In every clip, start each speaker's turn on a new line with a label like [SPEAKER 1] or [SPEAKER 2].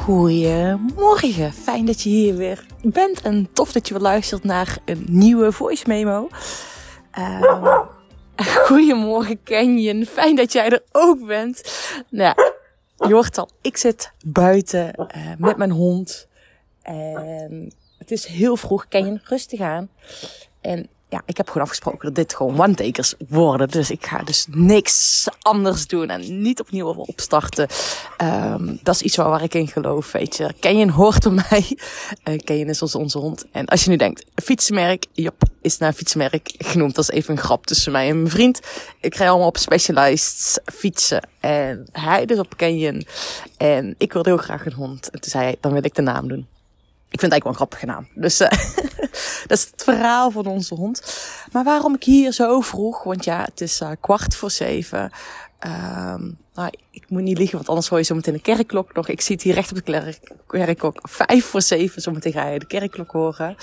[SPEAKER 1] Goedemorgen, fijn dat je hier weer bent en tof dat je weer luistert naar een nieuwe voice memo. Goedemorgen Canyon, fijn dat jij er ook bent. Nou, je hoort al, ik zit buiten met mijn hond en het is heel vroeg. Canyon, rustig aan. En ja, ik heb gewoon afgesproken dat dit gewoon one-takers worden. Dus ik ga dus niks anders doen en niet opnieuw opstarten. Dat is iets waar ik in geloof, weet je. Canyon hoort bij mij. Canyon is onze hond. En als je nu denkt, fietsenmerk, jop, is naar een fietsenmerk genoemd. Dat is even een grap tussen mij en mijn vriend. Ik rij allemaal op Specialized fietsen. En hij dus op Canyon. En ik wilde heel graag een hond. En toen zei hij, dan wil ik de naam doen. Ik vind het eigenlijk wel een grappige naam. Dus dat is het verhaal van onze hond. Maar waarom ik hier zo vroeg? Want ja, het is 6:15. Nou, ik moet niet liegen, want anders hoor je zo meteen de kerkklok nog. Ik zie het hier recht op de kerkklok. 6:05. Zometeen ga je de kerkklok horen.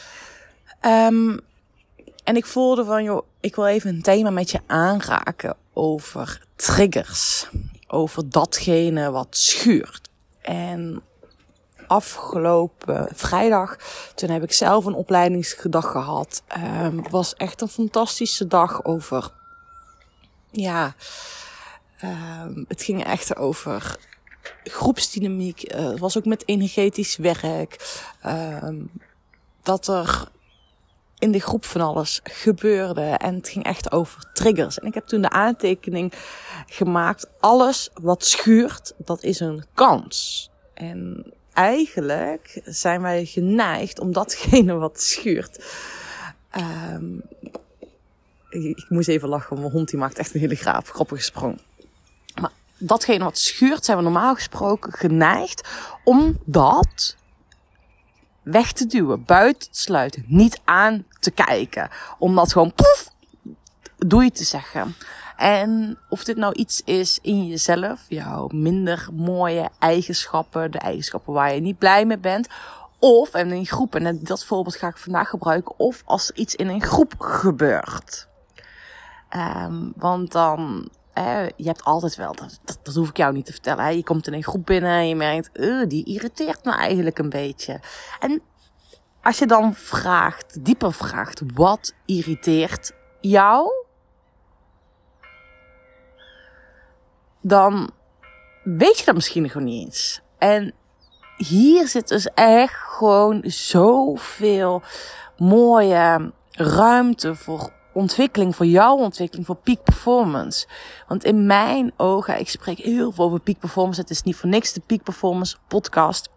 [SPEAKER 1] En ik voelde van, joh, ik wil even een thema met je aanraken over triggers. Over datgene wat schuurt. En afgelopen vrijdag, toen heb ik zelf een opleidingsdag gehad. Het was echt een fantastische dag over, ja, het ging echt over groepsdynamiek. Het was ook met energetisch werk. Dat er in de groep van alles gebeurde. En het ging echt over triggers. En ik heb toen de aantekening gemaakt, alles wat schuurt, dat is een kans. En eigenlijk zijn wij geneigd om datgene wat schuurt. Ik moest even lachen, want mijn hond die maakt echt een hele grappige sprong. Maar datgene wat schuurt zijn we normaal gesproken geneigd om dat weg te duwen, buiten te sluiten, niet aan te kijken. Om dat gewoon poef, doei te zeggen. En of dit nou iets is in jezelf, jouw minder mooie eigenschappen, de eigenschappen waar je niet blij mee bent, of in een groep, en dat voorbeeld ga ik vandaag gebruiken, of als er iets in een groep gebeurt. Want dan, je hebt altijd wel, dat hoef ik jou niet te vertellen, hè? Je komt in een groep binnen en je merkt, die irriteert me eigenlijk een beetje. En als je dan dieper vraagt, wat irriteert jou? Dan weet je dat misschien nog niet eens. En hier zit dus echt gewoon zoveel mooie ruimte voor ontwikkeling, voor jouw ontwikkeling, voor peak performance. Want in mijn ogen, ik spreek heel veel over peak performance. Het is niet voor niks de peak performance podcast.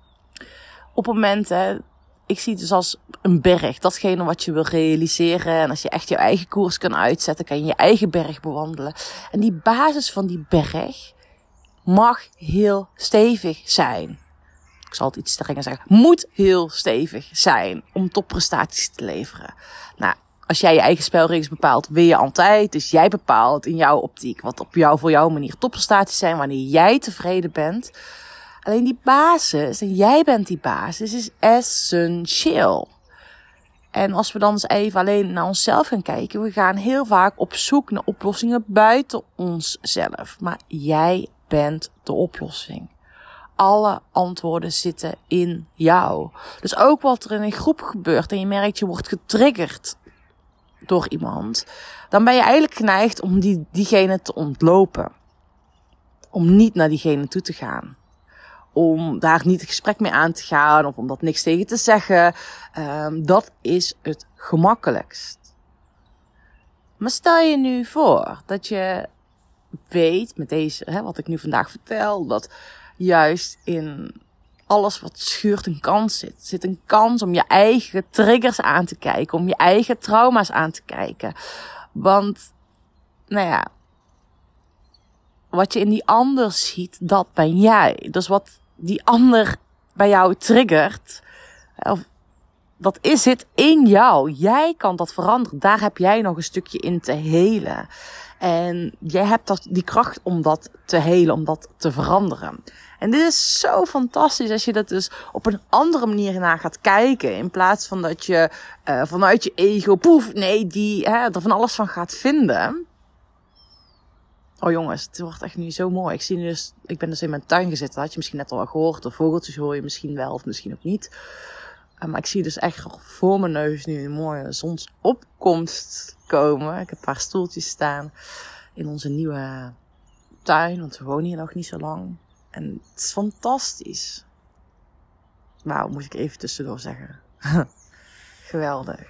[SPEAKER 1] Op momenten, ik zie het dus als een berg. Datgene wat je wil realiseren. En als je echt je eigen koers kan uitzetten, kan je je eigen berg bewandelen. En die basis van die berg mag heel stevig zijn. Ik zal het iets strenger zeggen. Moet heel stevig zijn om topprestaties te leveren. Nou, als jij je eigen spelregels bepaalt, wil je altijd. Dus jij bepaalt in jouw optiek wat voor jouw manier topprestaties zijn. Wanneer jij tevreden bent. Alleen die basis, en jij bent die basis, is essentieel. En als we dan eens even alleen naar onszelf gaan kijken, we gaan heel vaak op zoek naar oplossingen buiten onszelf. Maar jij bent de oplossing. Alle antwoorden zitten in jou. Dus ook wat er in een groep gebeurt en je merkt je wordt getriggerd door iemand, dan ben je eigenlijk geneigd om diegene te ontlopen. Om niet naar diegene toe te gaan. Om daar niet het gesprek mee aan te gaan of om dat niks tegen te zeggen. Dat is het gemakkelijkst. Maar stel je nu voor dat je weet met deze, wat ik nu vandaag vertel, dat juist in alles wat schuurt een kans zit. Er zit een kans om je eigen triggers aan te kijken, om je eigen trauma's aan te kijken. Want, nou ja, wat je in die ander ziet, dat ben jij. Dus wat die ander bij jou triggert, dat zit in jou. Jij kan dat veranderen. Daar heb jij nog een stukje in te helen. En jij hebt die kracht om dat te helen, om dat te veranderen. En dit is zo fantastisch als je dat dus op een andere manier naar gaat kijken. In plaats van dat je vanuit je ego, er van alles van gaat vinden. Oh jongens, het wordt echt nu zo mooi. Ik ben dus in mijn tuin gezeten. Dat had je misschien net al wel gehoord. De vogeltjes hoor je misschien wel of misschien ook niet. Maar ik zie dus echt voor mijn neus nu een mooie zonsopkomst komen. Ik heb een paar stoeltjes staan in onze nieuwe tuin. Want we wonen hier nog niet zo lang. En het is fantastisch. Wauw, moet ik even tussendoor zeggen. Geweldig.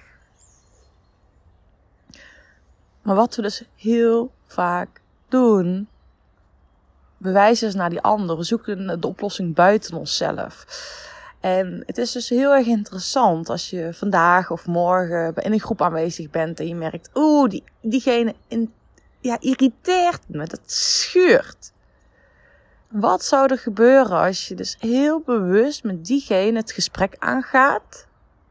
[SPEAKER 1] Maar wat we dus heel vaak doen, we wijzen dus naar die ander. We zoeken de oplossing buiten onszelf. En het is dus heel erg interessant als je vandaag of morgen in een groep aanwezig bent en je merkt, diegene irriteert me, dat schuurt. Wat zou er gebeuren als je dus heel bewust met diegene het gesprek aangaat?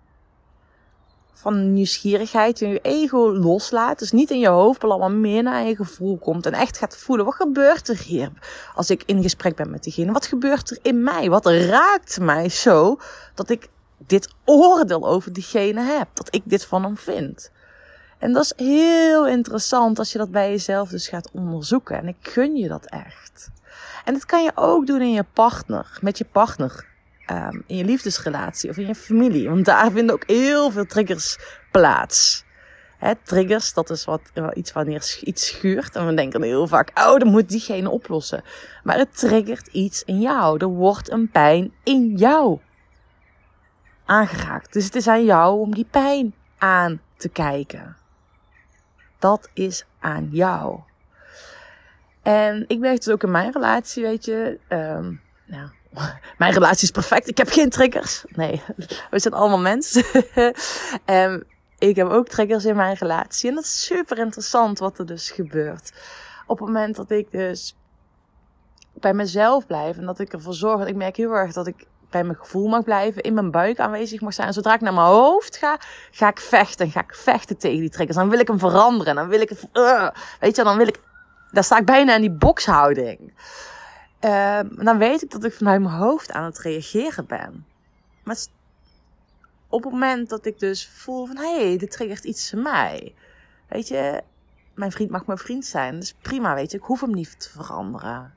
[SPEAKER 1] Van nieuwsgierigheid en je ego loslaat. Dus niet in je hoofd, maar allemaal meer naar je gevoel komt. En echt gaat voelen, wat gebeurt er hier als ik in gesprek ben met diegene? Wat gebeurt er in mij? Wat raakt mij zo dat ik dit oordeel over diegene heb? Dat ik dit van hem vind? En dat is heel interessant als je dat bij jezelf dus gaat onderzoeken. En ik gun je dat echt. En dat kan je ook doen in je partner, met je partner. In je liefdesrelatie of in je familie. Want daar vinden ook heel veel triggers plaats. Triggers, dat is iets wanneer iets schuurt. En we denken heel vaak, dan moet diegene oplossen. Maar het triggert iets in jou. Er wordt een pijn in jou aangeraakt. Dus het is aan jou om die pijn aan te kijken. Dat is aan jou. En ik merk het ook in mijn relatie, weet je. Mijn relatie is perfect. Ik heb geen triggers. Nee, we zijn allemaal mensen. Ik heb ook triggers in mijn relatie. En dat is super interessant wat er dus gebeurt. Op het moment dat ik dus bij mezelf blijf en dat ik ervoor zorg. En ik merk heel erg dat ik bij mijn gevoel mag blijven. In mijn buik aanwezig mag zijn. En zodra ik naar mijn hoofd ga ik vechten. Ga ik vechten tegen die triggers. Dan wil ik hem veranderen. Dan wil ik het... weet je, dan wil ik... Daar sta ik bijna in die bokshouding. Dan weet ik dat ik vanuit mijn hoofd aan het reageren ben. Maar op het moment dat ik dus voel van... dit triggert iets in mij. Weet je, mijn vriend mag mijn vriend zijn. Dat is prima, weet je. Ik hoef hem niet te veranderen.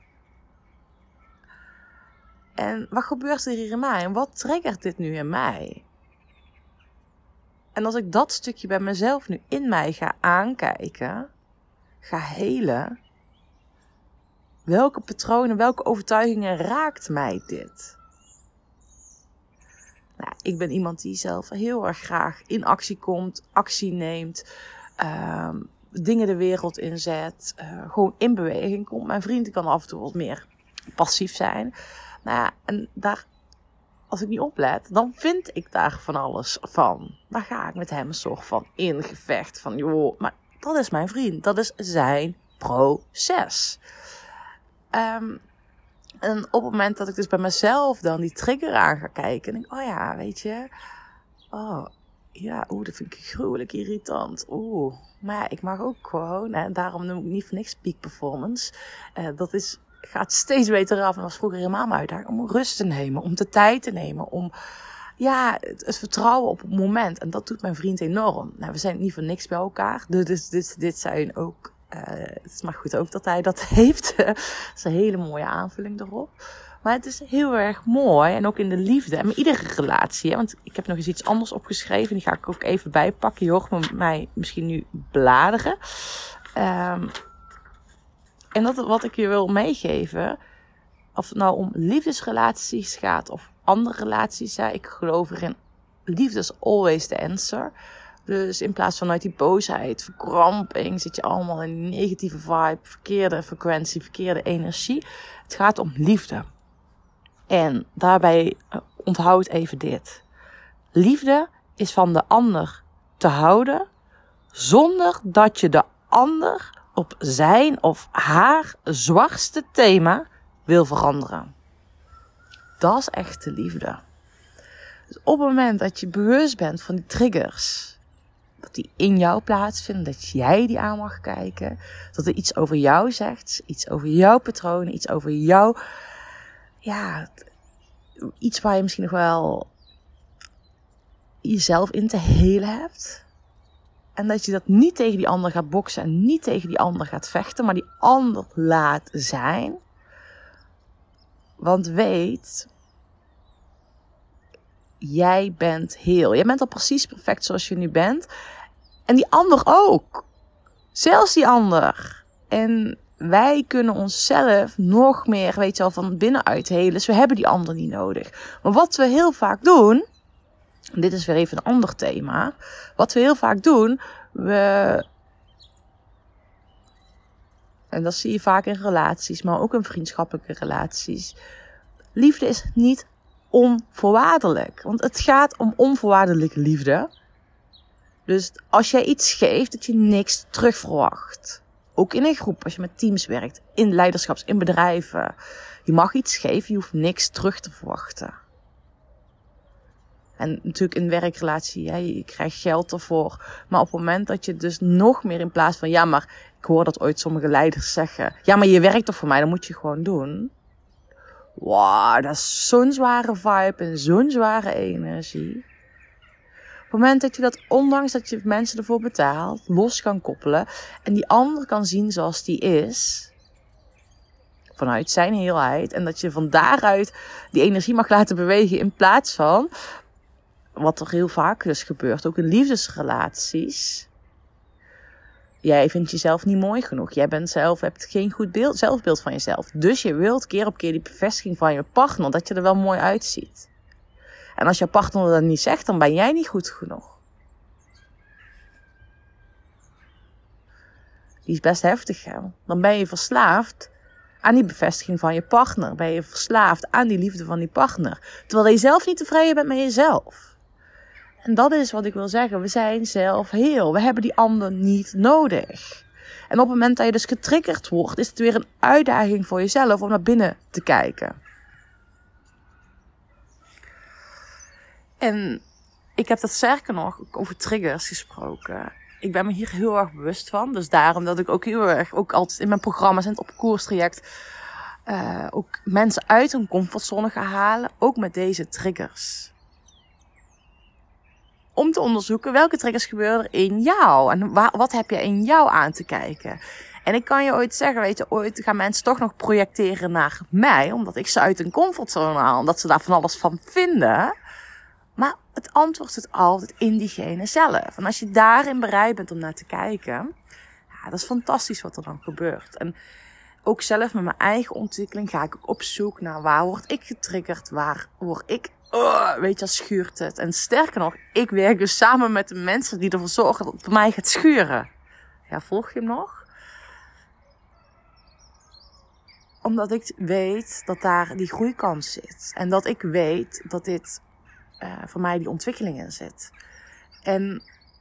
[SPEAKER 1] En wat gebeurt er hier in mij? En wat triggert dit nu in mij? En als ik dat stukje bij mezelf nu in mij ga aankijken... Ga helen... Welke patronen, welke overtuigingen raakt mij dit? Nou, ik ben iemand die zelf heel erg graag in actie komt, actie neemt, dingen de wereld inzet, gewoon in beweging komt. Mijn vriend kan af en toe wat meer passief zijn. Nou ja, en daar, als ik niet oplet, dan vind ik daar van alles van. Dan ga ik met hem een soort van ingevecht van, joh, maar dat is mijn vriend, dat is zijn proces. En op het moment dat ik dus bij mezelf dan die trigger aan ga kijken. En denk, weet je. Dat vind ik gruwelijk irritant. Maar ja, ik mag ook gewoon. En daarom noem ik niet voor niks peak performance. Gaat steeds beter af. En was vroeger helemaal mijn uitdaging. Om rust te nemen. Om de tijd te nemen. Om het vertrouwen op het moment. En dat doet mijn vriend enorm. Nou, we zijn niet voor niks bij elkaar. Dus dit zijn ook... het is maar goed ook dat hij dat heeft. Dat is een hele mooie aanvulling erop. Maar het is heel erg mooi. En ook in de liefde. En met iedere relatie. Want ik heb nog eens iets anders opgeschreven. Die ga ik ook even bijpakken. Je hoort mij misschien nu bladeren. En dat wat ik je wil meegeven. Of het nou om liefdesrelaties gaat. Of andere relaties. Ik geloof erin. Liefde is always the answer. Dus in plaats van uit die boosheid, verkramping, zit je allemaal in die negatieve vibe, verkeerde frequentie, verkeerde energie. Het gaat om liefde. En daarbij onthoud even dit. Liefde is van de ander te houden, zonder dat je de ander op zijn of haar zwaarste thema wil veranderen. Dat is echte liefde. Dus op het moment dat je bewust bent van die triggers... dat die in jou plaatsvinden, dat jij die aan mag kijken. Dat er iets over jou zegt, iets over jouw patronen, iets over jou. Ja, iets waar je misschien nog wel jezelf in te helen hebt. En dat je dat niet tegen die ander gaat boksen en niet tegen die ander gaat vechten, maar die ander laat zijn. Want weet, jij bent heel. Jij bent al precies perfect zoals je nu bent. En die ander ook. Zelfs die ander. En wij kunnen onszelf nog meer, weet je wel, van binnenuit helen. Dus we hebben die ander niet nodig. Maar wat we heel vaak doen, dit is weer even een ander thema. Wat we heel vaak doen, en dat zie je vaak in relaties, maar ook in vriendschappelijke relaties. Liefde is niet onvoorwaardelijk. Want het gaat om onvoorwaardelijke liefde. Dus als jij iets geeft, dat je niks terug verwacht. Ook in een groep, als je met teams werkt, in leiderschaps, in bedrijven. Je mag iets geven, je hoeft niks terug te verwachten. En natuurlijk in werkrelatie, je krijgt geld ervoor. Maar op het moment dat je dus nog meer in plaats van, ja maar ik hoor dat ooit sommige leiders zeggen. Ja maar je werkt toch voor mij, dat moet je gewoon doen. Wow, dat is zo'n zware vibe en zo'n zware energie. Op het moment dat je dat, ondanks dat je mensen ervoor betaalt, los kan koppelen. En die ander kan zien zoals die is. Vanuit zijn heelheid. En dat je van daaruit die energie mag laten bewegen in plaats van, wat er heel vaak dus gebeurt, ook in liefdesrelaties. Jij vindt jezelf niet mooi genoeg. Jij hebt geen goed zelfbeeld van jezelf. Dus je wilt keer op keer die bevestiging van je partner, dat je er wel mooi uitziet. En als je partner dat niet zegt, dan ben jij niet goed genoeg. Die is best heftig, hè? Dan ben je verslaafd aan die bevestiging van je partner. Ben je verslaafd aan die liefde van die partner. Terwijl je zelf niet tevreden bent met jezelf. En dat is wat ik wil zeggen. We zijn zelf heel. We hebben die ander niet nodig. En op het moment dat je dus getriggerd wordt, is het weer een uitdaging voor jezelf om naar binnen te kijken. En ik heb dat sterker nog over triggers gesproken. Ik ben me hier heel erg bewust van. Dus daarom dat ik ook heel erg, ook altijd in mijn programma's en het op koerstraject, ook mensen uit hun comfortzone ga halen. Ook met deze triggers. Om te onderzoeken welke triggers gebeuren er in jou. En wat heb je in jou aan te kijken. En ik kan je ooit zeggen, weet je, ooit gaan mensen toch nog projecteren naar mij. Omdat ik ze uit hun comfortzone haal. Omdat ze daar van alles van vinden. Maar het antwoord zit altijd in diegene zelf. En als je daarin bereid bent om naar te kijken, ja, dat is fantastisch wat er dan gebeurt. En ook zelf met mijn eigen ontwikkeling ga ik ook op zoek naar waar word ik getriggerd, waar word ik, weet je, schuurt het. En sterker nog, ik werk dus samen met de mensen die ervoor zorgen dat het bij mij gaat schuren. Ja, volg je hem nog? Omdat ik weet dat daar die groeikans zit. En dat ik weet dat dit voor mij die ontwikkeling in zit. En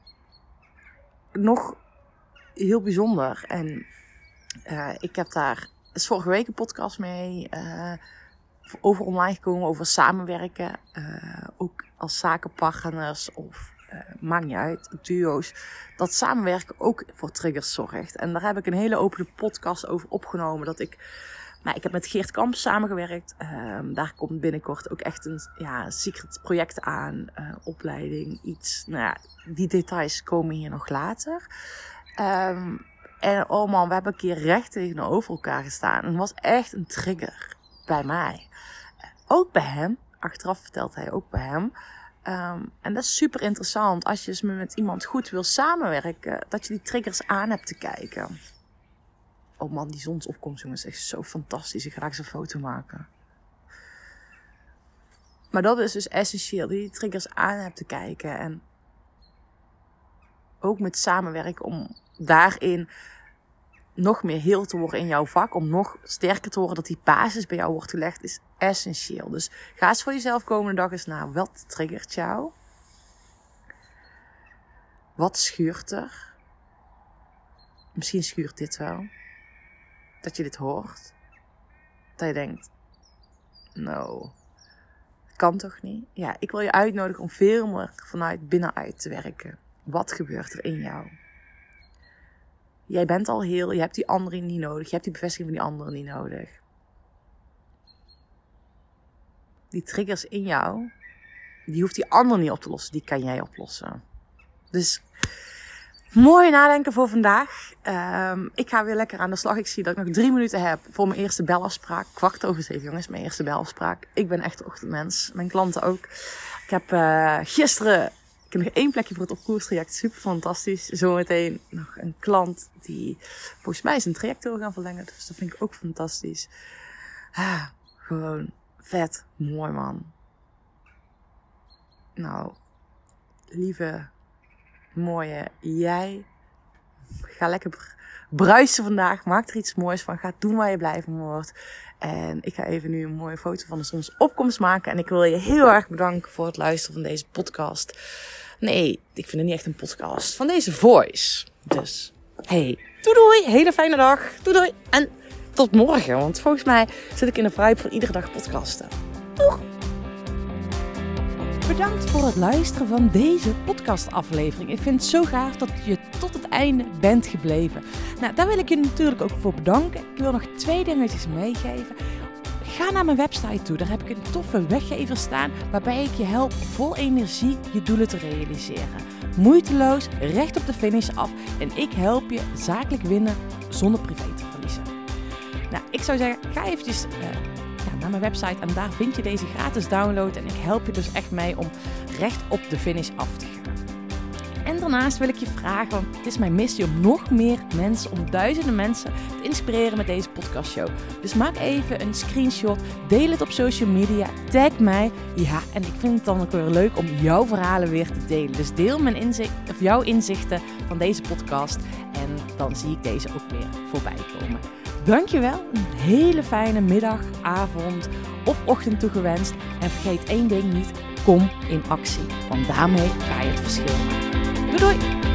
[SPEAKER 1] nog heel bijzonder. En ik heb daar is vorige week een podcast mee over online gekomen. Over samenwerken. Ook als zakenpartners of maakt niet uit, duo's. Dat samenwerken ook voor triggers zorgt. En daar heb ik een hele opene podcast over opgenomen. Dat ik heb met Geert Kamp samengewerkt. Daar komt binnenkort ook echt een secret project aan. Opleiding, iets. Nou ja, die details komen hier nog later. En oh man, we hebben een keer recht tegenover elkaar gestaan. En het was echt een trigger bij mij. Ook bij hem. Achteraf vertelt hij ook bij hem. En dat is super interessant. Als je dus met iemand goed wil samenwerken. Dat je die triggers aan hebt te kijken. Oh man, die zonsopkomst, jongens, is echt zo fantastisch. Ik ga eens een foto maken. Maar dat is dus essentieel. Die triggers aan hebt te kijken. En ook met samenwerken om daarin nog meer heel te worden in jouw vak. Om nog sterker te worden dat die basis bij jou wordt gelegd. Is essentieel. Dus ga eens voor jezelf komende dag eens naar. Wat triggert jou? Wat schuurt er? Misschien schuurt dit wel. Dat je dit hoort. Dat je denkt, no, kan toch niet? Ja, ik wil je uitnodigen om veel meer vanuit binnenuit te werken. Wat gebeurt er in jou? Jij bent al heel, je hebt die anderen niet nodig. Je hebt die bevestiging van die anderen niet nodig. Die triggers in jou, die hoeft die ander niet op te lossen. Die kan jij oplossen. Dus Mooi nadenken voor vandaag. Ik ga weer lekker aan de slag. Ik zie dat ik nog 3 minuten heb voor mijn eerste belafspraak. 7:15, jongens, mijn eerste belafspraak. Ik ben echt ochtendmens. Mijn klanten ook. Ik heb gisteren... Ik heb nog 1 plekje voor het opkoerstraject. Super fantastisch. Zometeen nog een klant die volgens mij zijn traject wil gaan verlengen. Dus dat vind ik ook fantastisch. Gewoon vet. Mooi, man. Nou, lieve, mooie jij. Ga lekker bruisen vandaag. Maak er iets moois van. Ga doen waar je blij van wordt. En ik ga even nu een mooie foto van de zonsopkomst maken. En ik wil je heel erg bedanken voor het luisteren van deze podcast. Nee, ik vind het niet echt een podcast. Van deze voice. Dus, hey, doei. Hele fijne dag. Doei. En tot morgen. Want volgens mij zit ik in de vibe van iedere dag podcasten. Doeg. Bedankt voor het luisteren van deze podcastaflevering. Ik vind het zo gaaf dat je tot het einde bent gebleven. Nou, daar wil ik je natuurlijk ook voor bedanken. Ik wil nog 2 dingetjes meegeven. Ga naar mijn website toe. Daar heb ik een toffe weggever staan waarbij ik je help vol energie je doelen te realiseren. Moeiteloos, recht op de finish af. En ik help je zakelijk winnen zonder privé te verliezen. Nou, ik zou zeggen, ga eventjes... naar mijn website en daar vind je deze gratis download. En ik help je dus echt mee om recht op de finish af te gaan. En daarnaast wil ik je vragen, want het is mijn missie om nog meer mensen, om duizenden mensen te inspireren met deze podcastshow. Dus maak even een screenshot, deel het op social media, tag mij. Ja, en ik vind het dan ook weer leuk om jouw verhalen weer te delen. Dus deel jouw inzichten van deze podcast en dan zie ik deze ook weer voorbij komen. Dankjewel, een hele fijne middag, avond of ochtend toegewenst. En vergeet 1 ding niet, kom in actie. Want daarmee ga je het verschil maken. Doei!